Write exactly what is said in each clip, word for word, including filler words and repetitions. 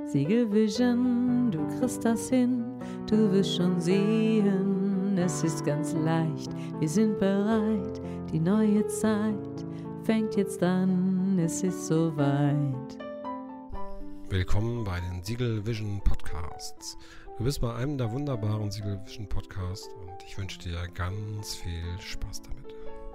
Siegel Vision, du kriegst das hin, du wirst schon sehen, es ist ganz leicht, wir sind bereit, die neue Zeit fängt jetzt an, es ist soweit. Willkommen bei den Siegel Vision Podcasts. Du bist bei einem der wunderbaren Siegel Vision Podcasts und ich wünsche dir ganz viel Spaß damit.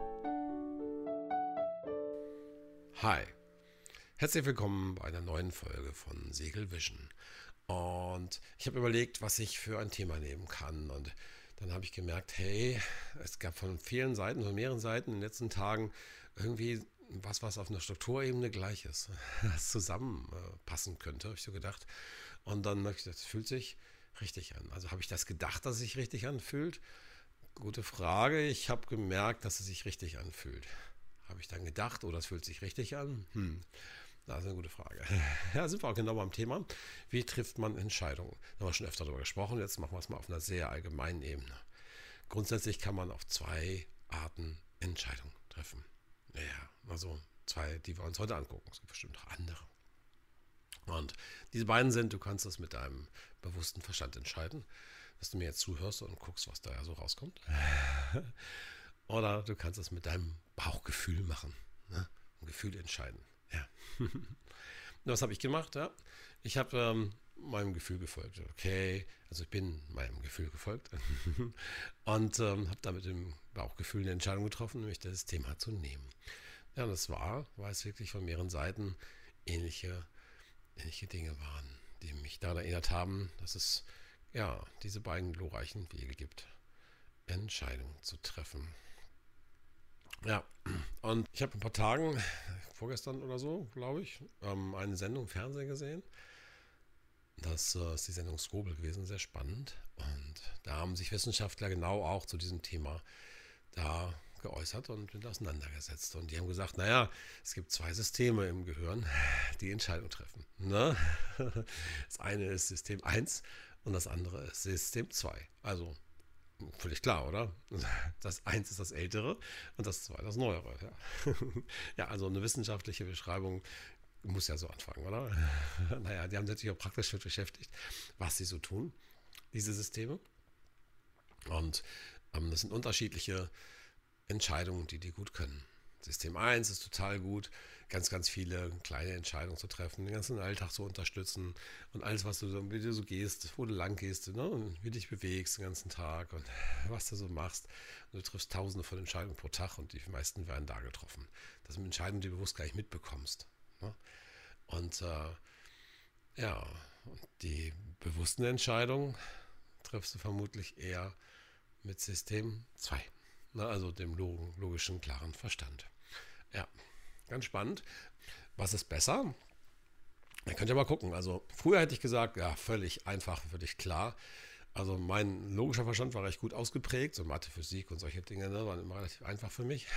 Hi, herzlich willkommen bei einer neuen Folge von Siegel Vision. Und ich habe überlegt, was ich für ein Thema nehmen kann. Und dann habe ich gemerkt, hey, es gab von vielen Seiten, von mehreren Seiten in den letzten Tagen irgendwie was, was auf einer Strukturebene gleich ist, das zusammenpassen könnte, habe ich so gedacht. Und dann habe ich gedacht, das fühlt sich richtig an. Also habe ich das gedacht, dass es sich richtig anfühlt? Gute Frage. Ich habe gemerkt, dass es sich richtig anfühlt. Habe ich dann gedacht, oh, das fühlt sich richtig an? Hm, das ist eine gute Frage. Ja, sind wir auch genau beim Thema. Wie trifft man Entscheidungen? Da haben wir schon öfter darüber gesprochen. Jetzt machen wir es mal auf einer sehr allgemeinen Ebene. Grundsätzlich kann man auf zwei Arten Entscheidungen treffen. Ja, also zwei, die wir uns heute angucken. Es gibt bestimmt noch andere. Und diese beiden sind, du kannst das mit deinem bewussten Verstand entscheiden, dass du mir jetzt zuhörst und guckst, was da so rauskommt. Oder du kannst es mit deinem Bauchgefühl machen. Ne? Ein Gefühl entscheiden. Ja. Was habe ich gemacht? Ja? Ich habe ähm, meinem Gefühl gefolgt. Okay, also ich bin meinem Gefühl gefolgt. Und ähm, habe da mit dem Bauchgefühl eine Entscheidung getroffen, nämlich das Thema zu nehmen. Ja, und das war, weil es wirklich von mehreren Seiten ähnliche, ähnliche Dinge waren, die mich daran erinnert haben, dass es ja diese beiden glorreichen Wege gibt, Entscheidungen zu treffen. Ja, und ich habe ein paar Tagen, vorgestern oder so, glaube ich, ähm, eine Sendung im Fernsehen gesehen. Das äh, ist die Sendung Skobel gewesen, sehr spannend. Und da haben sich Wissenschaftler genau auch zu diesem Thema da geäußert und mit auseinandergesetzt. Und die haben gesagt, naja, es gibt zwei Systeme im Gehirn, die Entscheidungen treffen. Ne? Das eine ist System eins und das andere ist System zwei. Also völlig klar, oder? Das eins ist das Ältere und das zwei das Neuere. Ja, ja, also eine wissenschaftliche Beschreibung muss ja so anfangen, oder? Naja, die haben sich natürlich auch praktisch mit beschäftigt, was sie so tun, diese Systeme. Und ähm, das sind unterschiedliche Entscheidungen, die die gut können. System eins ist total gut, ganz, ganz viele kleine Entscheidungen zu treffen, den ganzen Alltag zu unterstützen und alles, was du so, wie du so gehst, wo du lang gehst, ne, und wie du dich bewegst den ganzen Tag und was du so machst. Und du triffst tausende von Entscheidungen pro Tag und die meisten werden da getroffen. Das sind Entscheidungen, die du bewusst gar nicht mitbekommst. Ne? Und äh, ja, und die bewussten Entscheidungen triffst du vermutlich eher mit System zwei. Na, also dem logischen, klaren Verstand. Ja, ganz spannend. Was ist besser? Ihr könnt ja mal gucken. Also früher hätte ich gesagt, ja, völlig einfach, völlig klar. Also mein logischer Verstand war recht gut ausgeprägt. So Mathe, Physik und solche Dinge, ne, waren immer relativ einfach für mich.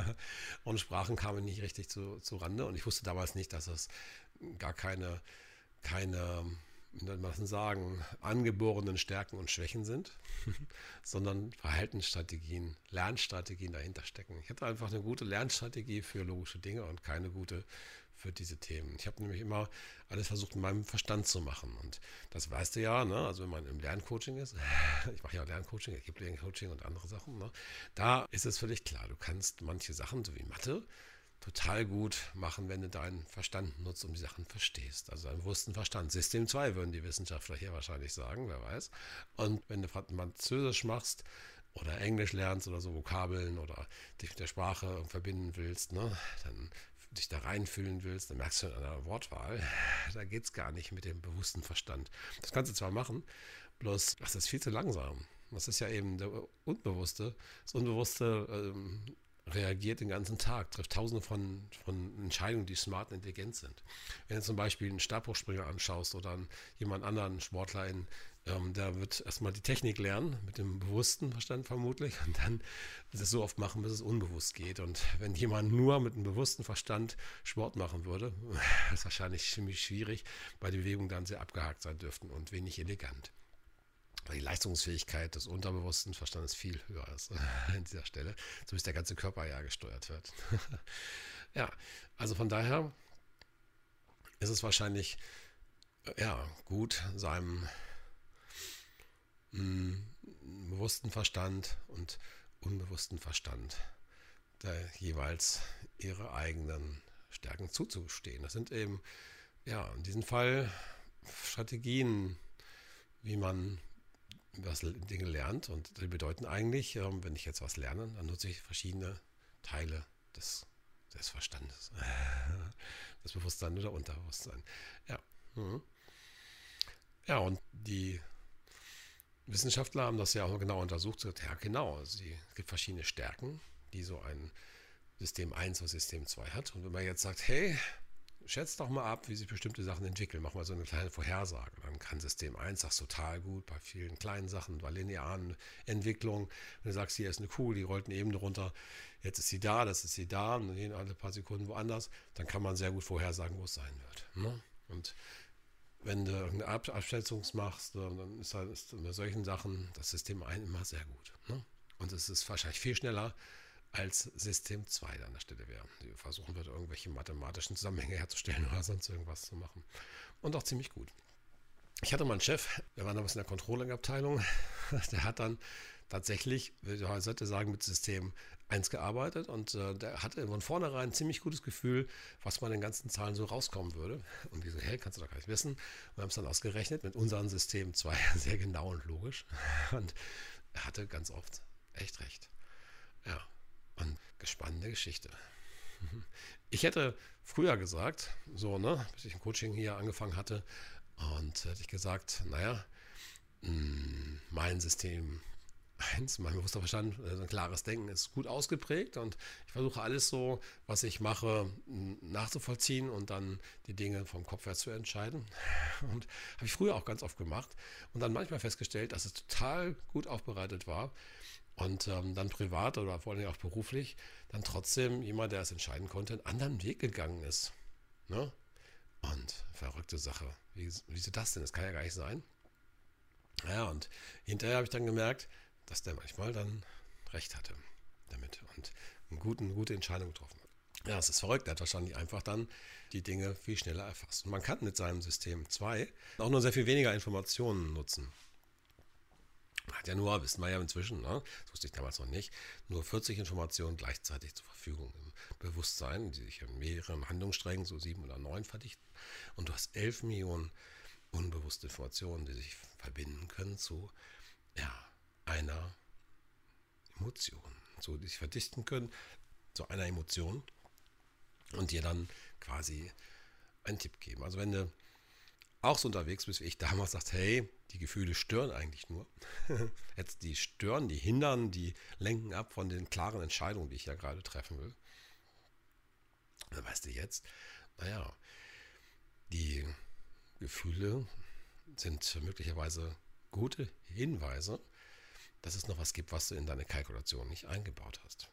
Und Sprachen kamen nicht richtig zu, zu Rande. Und ich wusste damals nicht, dass es gar keine, keine wie soll man sagen, angeborenen Stärken und Schwächen sind, sondern Verhaltensstrategien, Lernstrategien dahinter stecken. Ich hatte einfach eine gute Lernstrategie für logische Dinge und keine gute für diese Themen. Ich habe nämlich immer alles versucht, in meinem Verstand zu machen. Und das weißt du ja, ne? Also wenn man im Lerncoaching ist, ich mache ja Lerncoaching, ich gebe Lerncoaching und andere Sachen, ne? Da ist es völlig klar, du kannst manche Sachen, so wie Mathe, total gut machen, wenn du deinen Verstand nutzt und die Sachen verstehst. Also deinen bewussten Verstand. System zwei würden die Wissenschaftler hier wahrscheinlich sagen, wer weiß. Und wenn du Französisch machst oder Englisch lernst oder so Vokabeln oder dich mit der Sprache verbinden willst, ne, dann dich da reinfühlen willst, dann merkst du in einer Wortwahl, da geht es gar nicht mit dem bewussten Verstand. Das kannst du zwar machen, bloß das ist viel zu langsam. Das ist ja eben der Unbewusste. Das Unbewusste ähm, reagiert den ganzen Tag, trifft tausende von, von Entscheidungen, die smart und intelligent sind. Wenn du zum Beispiel einen Stabhochspringer anschaust oder einen, jemand anderen Sportler, in, ähm, der wird erstmal die Technik lernen, mit dem bewussten Verstand vermutlich, und dann wird es so oft machen, bis es unbewusst geht. Und wenn jemand nur mit einem bewussten Verstand Sport machen würde, ist wahrscheinlich ziemlich schwierig, weil die Bewegungen dann sehr abgehakt sein dürften und wenig elegant. Weil die Leistungsfähigkeit des unterbewussten Verstandes viel höher ist an dieser Stelle, so bis der ganze Körper ja gesteuert wird. Ja, also von daher ist es wahrscheinlich ja, gut seinem mh, bewussten Verstand und unbewussten Verstand da jeweils ihre eigenen Stärken zuzustehen. Das sind eben, ja, in diesem Fall Strategien, wie man was Dinge lernt. Und die bedeuten eigentlich, wenn ich jetzt was lerne, dann nutze ich verschiedene Teile des, des Verstandes. Das Bewusstsein oder Unterbewusstsein. Ja. Mhm. Ja, und die Wissenschaftler haben das ja auch genau untersucht. So, ja, genau, es gibt verschiedene Stärken, die so ein System eins oder System zwei hat. Und wenn man jetzt sagt, hey, schätzt doch mal ab, wie sich bestimmte Sachen entwickeln. Mach mal so eine kleine Vorhersage. Dann kann System eins das total gut bei vielen kleinen Sachen, bei linearen Entwicklungen. Wenn du sagst, hier ist eine Kuh, die rollt eine Ebene runter, jetzt ist sie da, das ist sie da, und dann alle paar Sekunden woanders, dann kann man sehr gut vorhersagen, wo es sein wird. Ne? Und wenn du irgendeine Ab Abschätzung machst, dann ist halt bei solchen Sachen das System eins immer sehr gut. Ne? Und es ist wahrscheinlich viel schneller als System zwei an der Stelle wäre. Die versuchen wird, irgendwelche mathematischen Zusammenhänge herzustellen oder sonst irgendwas zu machen. Und auch ziemlich gut. Ich hatte mal einen Chef, der war damals in der Controlling-Abteilung, der hat dann tatsächlich, ich sollte sagen, mit System eins gearbeitet und äh, der hatte von vornherein ein ziemlich gutes Gefühl, was bei den ganzen Zahlen so rauskommen würde. Und die so, hey, kannst du doch gar nicht wissen. Und wir haben es dann ausgerechnet mit unserem System zwei, sehr genau und logisch. Und er hatte ganz oft echt recht. Ja. Und spannende Geschichte. Ich hätte früher gesagt, so, ne, bis ich ein Coaching hier angefangen hatte, und hätte ich gesagt, naja, mein System eins, mein bewusster Verstand, also ein klares Denken ist gut ausgeprägt und ich versuche alles so, was ich mache, nachzuvollziehen und dann die Dinge vom Kopf her zu entscheiden. Und habe ich früher auch ganz oft gemacht und dann manchmal festgestellt, dass es total gut aufbereitet war. Und ähm, dann privat oder vor allem auch beruflich, dann trotzdem jemand, der es entscheiden konnte, einen anderen Weg gegangen ist. Ne? Und verrückte Sache. Wie, wieso das denn? Das kann ja gar nicht sein. Ja, und hinterher habe ich dann gemerkt, dass der manchmal dann recht hatte damit und eine gute, eine gute Entscheidung getroffen hat. Ja, es ist verrückt. Er hat wahrscheinlich einfach dann die Dinge viel schneller erfasst. Und man kann mit seinem System zwei auch nur sehr viel weniger Informationen nutzen. Hat ja nur, wissen wir ja inzwischen, ne? Das wusste ich damals noch nicht, nur vierzig Informationen gleichzeitig zur Verfügung im Bewusstsein, die sich in mehreren Handlungssträngen, so sieben oder neun, verdichten. Und du hast elf Millionen unbewusste Informationen, die sich verbinden können zu ja, einer Emotion, so, die sich verdichten können zu einer Emotion und dir dann quasi einen Tipp geben. Also wenn du auch so unterwegs bist wie ich damals, sagst, hey, die Gefühle stören eigentlich nur. Jetzt die stören, die hindern, die lenken ab von den klaren Entscheidungen, die ich ja gerade treffen will. Dann weißt du jetzt, naja, die Gefühle sind möglicherweise gute Hinweise, dass es noch was gibt, was du in deine Kalkulation nicht eingebaut hast.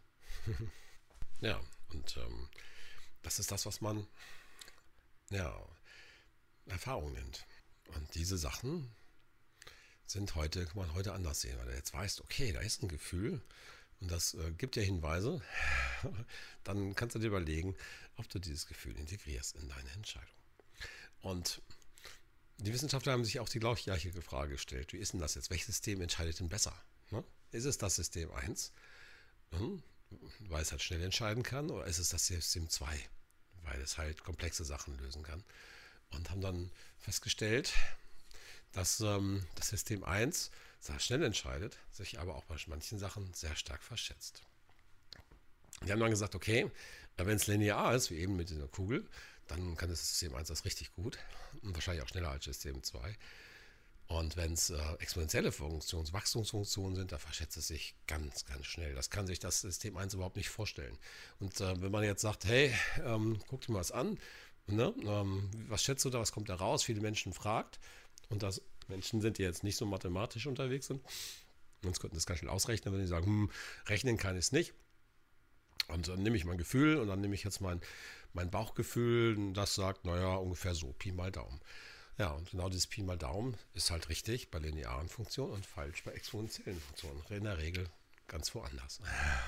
Ja, und ähm, das ist das, was man ja, Erfahrung nennt. Und diese Sachen sind heute, kann man heute anders sehen, weil du jetzt weißt, okay, da ist ein Gefühl und das äh, gibt dir Hinweise, dann kannst du dir überlegen, ob du dieses Gefühl integrierst in deine Entscheidung. Und die Wissenschaftler haben sich auch die gleiche Frage gestellt. Wie ist denn das jetzt? Welches System entscheidet denn besser? Ne? Ist es das System eins, hm, weil es halt schnell entscheiden kann, oder ist es das System zwei, weil es halt komplexe Sachen lösen kann? Und haben dann festgestellt, dass ähm, das System eins sehr schnell entscheidet, sich aber auch bei manchen Sachen sehr stark verschätzt. Die haben dann gesagt, okay, wenn es linear ist, wie eben mit dieser Kugel, dann kann das System eins das richtig gut und wahrscheinlich auch schneller als System zwei. Und wenn es äh, exponentielle Funktionen, Wachstumsfunktionen sind, da verschätzt es sich ganz, ganz schnell. Das kann sich das System eins überhaupt nicht vorstellen. Und äh, wenn man jetzt sagt, hey, ähm, guck dir mal was an, ne? ähm, was schätzt du da, was kommt da raus? Viele Menschen fragt und das Menschen sind, die jetzt nicht so mathematisch unterwegs sind, sonst könnten das ganz schnell ausrechnen, wenn die sagen, hm, rechnen kann ich es nicht. Und dann nehme ich mein Gefühl und dann nehme ich jetzt mein, mein Bauchgefühl, das sagt, naja, ungefähr so, Pi mal Daumen. Ja, und genau dieses Pi mal Daumen ist halt richtig bei linearen Funktionen und falsch bei exponentiellen Funktionen. In der Regel ganz woanders.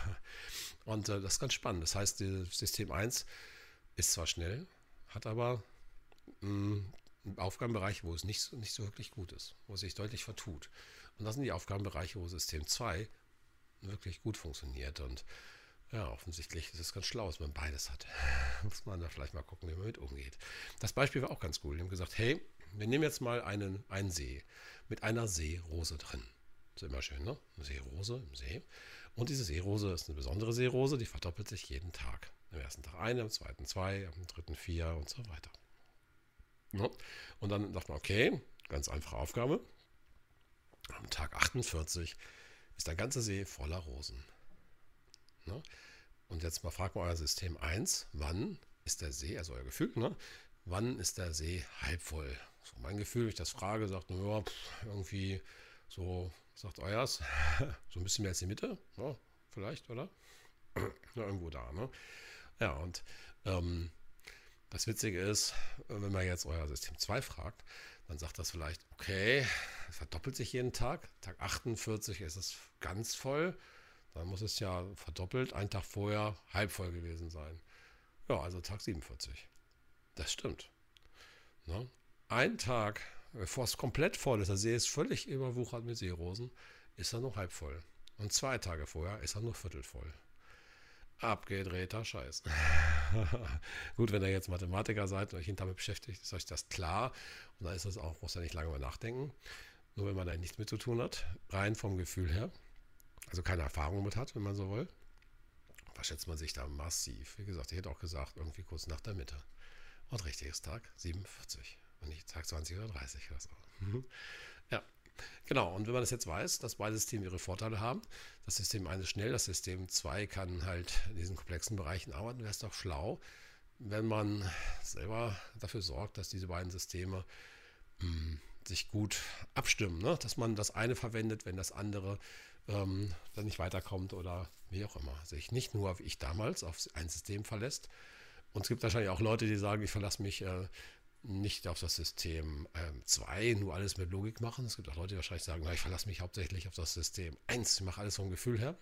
Und äh, das ist ganz spannend. Das heißt, das System eins ist zwar schnell, hat aber mh, Aufgabenbereiche, wo es nicht so, nicht so wirklich gut ist, wo es sich deutlich vertut. Und das sind die Aufgabenbereiche, wo System zwei wirklich gut funktioniert. Und ja, offensichtlich ist es ganz schlau, dass man beides hat. Muss man da vielleicht mal gucken, wie man mit umgeht. Das Beispiel war auch ganz cool. Die haben gesagt, hey, wir nehmen jetzt mal einen, einen See mit einer Seerose drin. Das ist immer schön, ne? Eine Seerose im See. Und diese Seerose ist eine besondere Seerose, die verdoppelt sich jeden Tag. Am ersten Tag eine, am zweiten zwei, am dritten vier und so weiter. Ja. Und dann sagt man, okay, ganz einfache Aufgabe. Am Tag achtundvierzig ist der ganze See voller Rosen. Ja. Und jetzt mal fragt mal euer System eins, wann ist der See, also euer Gefühl, ne? Wann ist der See halb voll? So mein Gefühl, wenn ich das frage, sagt nur, ja, pff, irgendwie so, sagt euers, so ein bisschen mehr als die Mitte, ja, vielleicht, oder? Ja, irgendwo da, ne? Ja, und ähm, das Witzige ist, wenn man jetzt euer System zwei fragt, dann sagt das vielleicht, okay, es verdoppelt sich jeden Tag. Tag achtundvierzig ist es ganz voll. Dann muss es ja verdoppelt, einen Tag vorher halb voll gewesen sein. Ja, also Tag siebenundvierzig. Das stimmt. Ne? Ein Tag, bevor es komplett voll ist, der See ist völlig überwuchert mit Seerosen, ist er noch halb voll. Und zwei Tage vorher ist er nur viertelvoll. Abgedrehter Scheiß. Gut, wenn ihr jetzt Mathematiker seid und euch damit beschäftigt, ist euch das klar. Und dann ist das auch, muss ihr nicht lange mal nachdenken. Nur wenn man da nichts mit zu tun hat, rein vom Gefühl her, also keine Erfahrung mit hat, wenn man so will, verschätzt man sich da massiv. Wie gesagt, ich hätte auch gesagt, irgendwie kurz nach der Mitte. Und richtiges Tag siebenundvierzig und nicht Tag zwanzig oder dreißig oder so. Ja, genau. Und wenn man das jetzt weiß, dass beide Systeme ihre Vorteile haben, das System eins ist schnell, das System zwei kann halt in diesen komplexen Bereichen arbeiten, wäre es doch schlau, wenn man selber dafür sorgt, dass diese beiden Systeme mh, sich gut abstimmen, ne? Dass man das eine verwendet, wenn das andere ähm, dann nicht weiterkommt oder wie auch immer. Sich nicht nur, wie ich damals, auf ein System verlässt. Und es gibt wahrscheinlich auch Leute, die sagen, ich verlasse mich äh, nicht auf das System zwei, ähm, nur alles mit Logik machen. Es gibt auch Leute, die wahrscheinlich sagen, na, ich verlasse mich hauptsächlich auf das System eins, ich mache alles vom Gefühl her.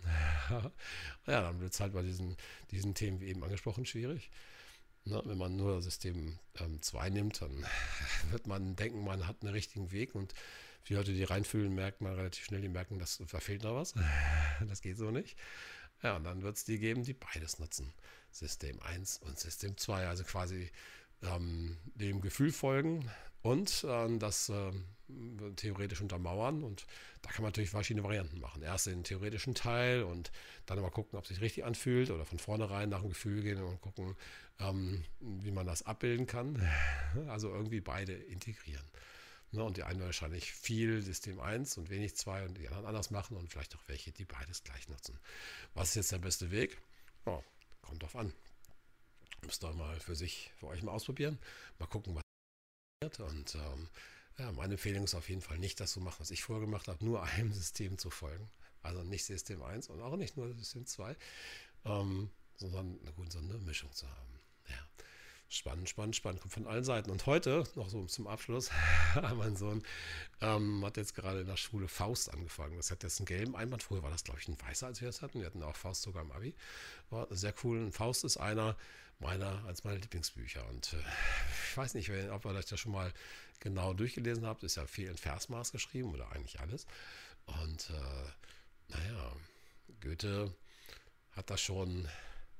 Ja, dann wird es halt bei diesen, diesen Themen, wie eben angesprochen, schwierig. Na, wenn man nur System zwei ähm, nimmt, dann wird man denken, man hat einen richtigen Weg, und die Leute, die reinfühlen, merkt man relativ schnell, die merken, dass da fehlt noch was. Das geht so nicht. Ja, und dann wird es die geben, die beides nutzen. System eins und System zwei, also quasi ähm, dem Gefühl folgen und äh, das äh, theoretisch untermauern. Und da kann man natürlich verschiedene Varianten machen. Erst den theoretischen Teil und dann mal gucken, ob es sich richtig anfühlt, oder von vornherein nach dem Gefühl gehen und gucken, ähm, wie man das abbilden kann. Also irgendwie beide integrieren. Ne, und die einen wahrscheinlich viel System eins und wenig zwei und die anderen anders machen, und vielleicht auch welche, die beides gleich nutzen. Was ist jetzt der beste Weg? Oh, kommt drauf an. Müsst ihr mal für sich, für euch mal ausprobieren. Mal gucken, was passiert. Und ähm, ja, meine Empfehlung ist auf jeden Fall nicht, das zu machen, was ich vorher gemacht habe, nur einem System zu folgen. Also nicht System eins und auch nicht nur System zwei, ähm, sondern eine gute, so eine Mischung zu haben. Ja. Spannend, spannend, spannend. Kommt von allen Seiten. Und heute, noch so zum Abschluss, mein Sohn ähm, hat jetzt gerade in der Schule Faust angefangen. Das hat jetzt einen gelben Einband. Früher war das, glaube ich, ein weißer, als wir das hatten. Wir hatten auch Faust sogar im Abi. War sehr cool. Und Faust ist einer meiner, als meiner Lieblingsbücher. Und äh, ich weiß nicht, ob ihr euch das schon mal genau durchgelesen habt. Ist ja viel in Versmaß geschrieben, oder eigentlich alles. Und äh, naja, Goethe hat da schon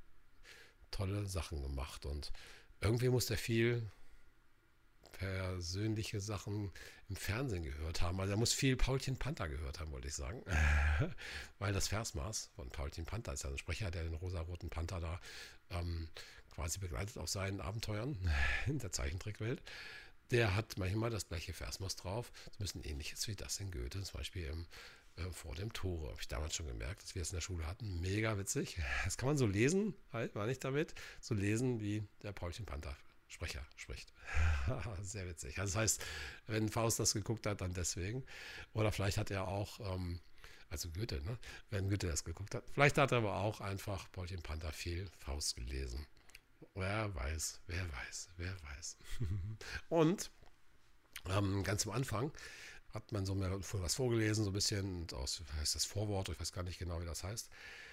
tolle Sachen gemacht. Und irgendwie muss der viel persönliche Sachen im Fernsehen gehört haben. Also er muss viel Paulchen Panther gehört haben, wollte ich sagen. Weil das Versmaß von Paulchen Panther ist ja ein Sprecher, der den rosaroten Panther da ähm, quasi begleitet auf seinen Abenteuern in der Zeichentrickwelt. Der hat manchmal das gleiche Versmaß drauf. Das ist ein bisschen ähnliches wie das in Goethe, zum Beispiel im äh, Vor dem Tore. Habe ich damals schon gemerkt, dass wir es in der Schule hatten. Mega witzig. Das kann man so lesen, halt, war nicht damit, so lesen, wie der Paulchen Panther Sprecher spricht. Sehr witzig. Also das heißt, wenn Faust das geguckt hat, dann deswegen. Oder vielleicht hat er auch, ähm, also Goethe, ne? Wenn Goethe das geguckt hat. Vielleicht hat er aber auch einfach Paulchen Panther viel Faust gelesen. Wer weiß, wer weiß, wer weiß. Und ähm, ganz am Anfang hat man so mir was vorgelesen, so ein bisschen aus, heißt das Vorwort, ich weiß gar nicht genau, wie das heißt.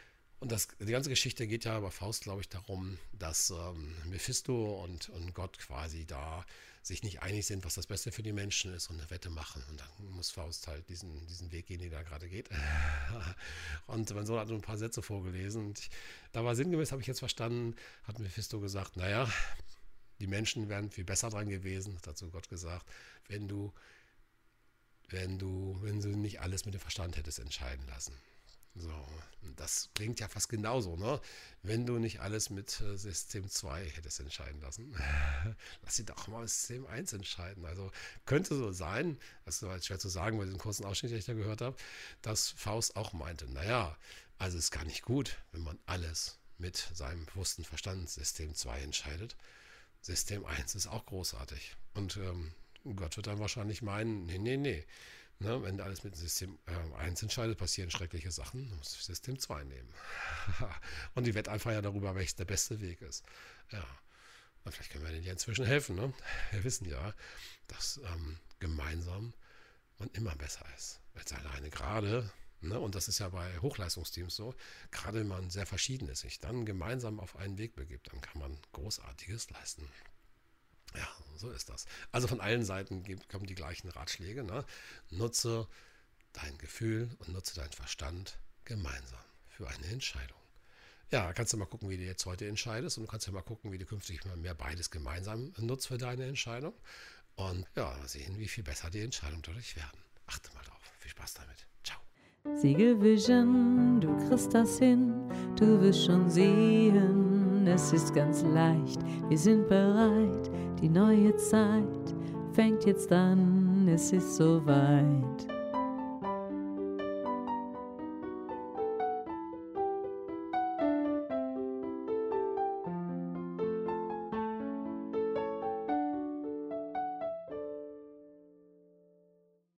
Und das, die ganze Geschichte geht ja bei Faust, glaube ich, darum, dass ähm, Mephisto und, und Gott quasi da sich nicht einig sind, was das Beste für die Menschen ist und eine Wette machen. Und dann muss Faust halt diesen, diesen Weg gehen, den er gerade geht. Und mein Sohn hat nur ein paar Sätze vorgelesen. Und ich, da war sinngemäß, habe ich jetzt verstanden, hat Mephisto gesagt, naja, die Menschen wären viel besser dran gewesen, hat dazu Gott gesagt, wenn du, wenn du, wenn du nicht alles mit dem Verstand hättest entscheiden lassen. So, das klingt ja fast genauso, ne? Wenn du nicht alles mit äh, System zwei hättest entscheiden lassen, lass sie doch mal System eins entscheiden. Also könnte so sein, das ist halt schwer zu sagen, bei diesem kurzen Ausschnitt, den ich da gehört habe, dass Faust auch meinte, naja, also ist gar nicht gut, wenn man alles mit seinem bewussten Verstand System zwei entscheidet. System eins ist auch großartig. Und ähm, Gott wird dann wahrscheinlich meinen, nee, nee, nee. Ne, wenn alles mit System äh, eins entscheidet, passieren schreckliche Sachen, dann muss System zwei nehmen. Und die wett einfach ja darüber, welches der beste Weg ist. Ja, und vielleicht können wir denen ja inzwischen helfen. Ne? Wir wissen ja, dass ähm, gemeinsam man immer besser ist als alleine. Gerade, ne, und das ist ja bei Hochleistungsteams so, gerade wenn man sehr verschieden ist, sich dann gemeinsam auf einen Weg begibt, dann kann man Großartiges leisten. Ja, so ist das. Also von allen Seiten kommen die gleichen Ratschläge. Ne? Nutze dein Gefühl und nutze deinen Verstand gemeinsam für eine Entscheidung. Ja, kannst du mal gucken, wie du jetzt heute entscheidest, und du kannst ja mal gucken, wie du künftig mal mehr beides gemeinsam nutzt für deine Entscheidung. Und ja, sehen, wie viel besser die Entscheidungen dadurch werden. Achte mal drauf. Viel Spaß damit. Ciao. Segelvision, du kriegst das hin, du wirst schon sehen, es ist ganz leicht, wir sind bereit, die neue Zeit fängt jetzt an, es ist soweit.